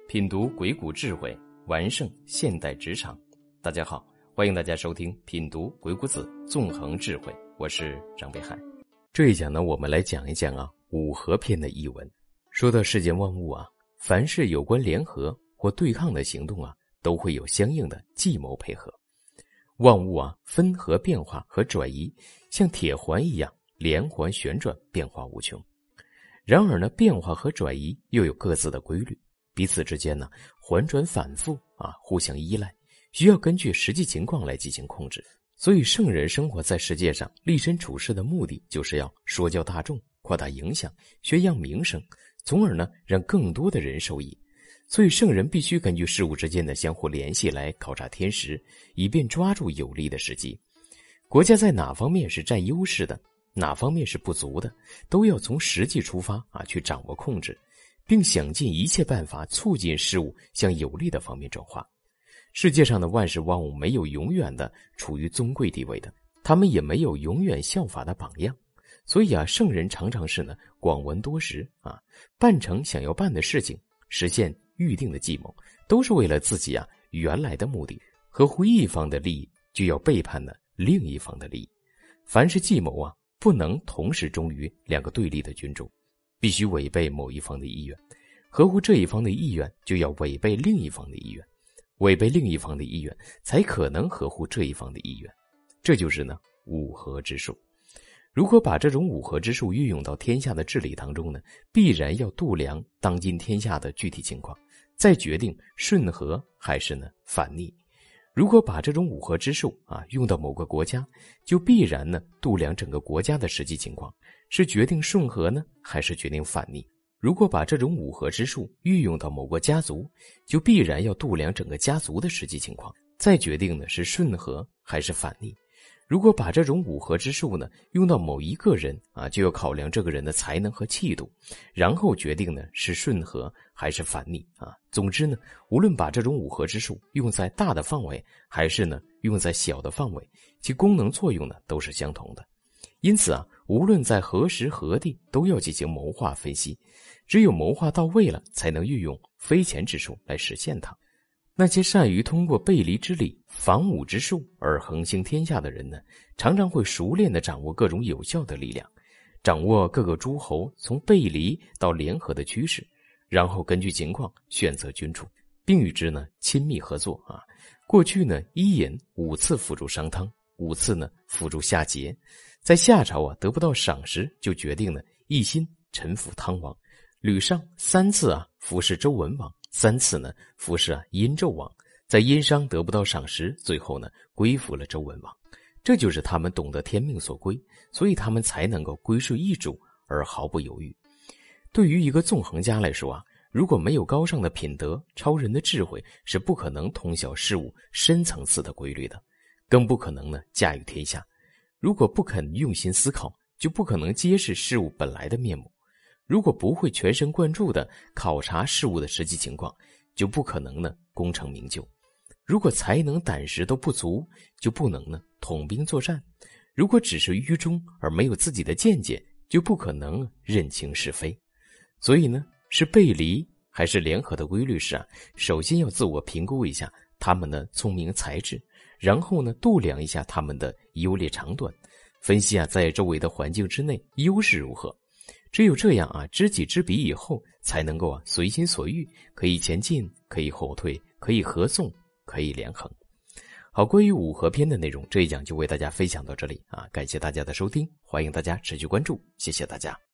品读鬼谷智慧，完胜现代职场。大家好，欢迎大家收听品读鬼谷子纵横智慧，我是张北海。这一讲呢，我们来讲一讲五合篇的译文。说到世间万物凡是有关联合或对抗的行动都会有相应的计谋配合。万物分合变化和转移，像铁环一样连环旋转，变化无穷。然而呢，变化和转移又有各自的规律，彼此之间环转反复互相依赖，需要根据实际情况来进行控制。所以圣人生活在世界上，立身处世的目的就是要说教大众，扩大影响，宣扬名声，从而呢让更多的人受益。所以圣人必须根据事物之间的相互联系来考察天时，以便抓住有利的时机。国家在哪方面是占优势的，哪方面是不足的，都要从实际出发去掌握控制，并想尽一切办法促进事物向有利的方面转化。世界上的万事万物没有永远的处于尊贵地位的，他们也没有永远效法的榜样。所以圣人常常是广闻多识办成想要办的事情，实现预定的计谋，都是为了自己原来的目的。合乎一方的利益，就要背叛另一方的利益。凡是计谋不能同时忠于两个对立的君主，必须违背某一方的意愿。合乎这一方的意愿，就要违背另一方的意愿。违背另一方的意愿，才可能合乎这一方的意愿。这就是五合之术。如果把这种五合之术运用到天下的治理当中必然要度量当今天下的具体情况，再决定顺和还是反逆。如果把这种五合之术用到某个国家，就必然度量整个国家的实际情况，是决定顺和还是决定反逆。如果把这种五合之术运用到某个家族，就必然要度量整个家族的实际情况，再决定是顺和还是反逆。如果把这种五合之术用到某一个人就要考量这个人的才能和气度，然后决定是顺和还是反逆总之无论把这种五合之术用在大的范围，还是用在小的范围，其功能作用都是相同的。因此无论在何时何地，都要进行谋划分析。只有谋划到位了，才能运用非前之术来实现它。那些善于通过背离之理、防武之术而横行天下的人常常会熟练地掌握各种有效的力量，掌握各个诸侯从背离到联合的趋势，然后根据情况选择君主，并与之亲密合作过去伊尹5次辅助商汤，5次辅助夏桀。在夏朝得不到赏识，就决定一心臣服汤王。吕尚3次服侍周文王，3次服侍殷纣王。在殷商得不到赏识，最后归服了周文王。这就是他们懂得天命所归，所以他们才能够归顺一主而毫不犹豫。对于一个纵横家来说如果没有高尚的品德、超人的智慧，是不可能通晓事物深层次的规律的，更不可能驾驭天下。如果不肯用心思考，就不可能揭示事物本来的面目。如果不会全神贯注地考察事物的实际情况，就不可能功成名就。如果才能胆识都不足，就不能统兵作战。如果只是愚忠而没有自己的见解，就不可能认清是非。所以是背离还是联合的规律是首先要自我评估一下他们的聪明才智，然后度量一下他们的优劣长短，分析在周围的环境之内优势如何。只有这样知己知彼以后，才能够随心所欲，可以前进，可以后退，可以合纵，可以连横。好，关于五合篇的内容，这一讲就为大家分享到这里感谢大家的收听，欢迎大家持续关注，谢谢大家。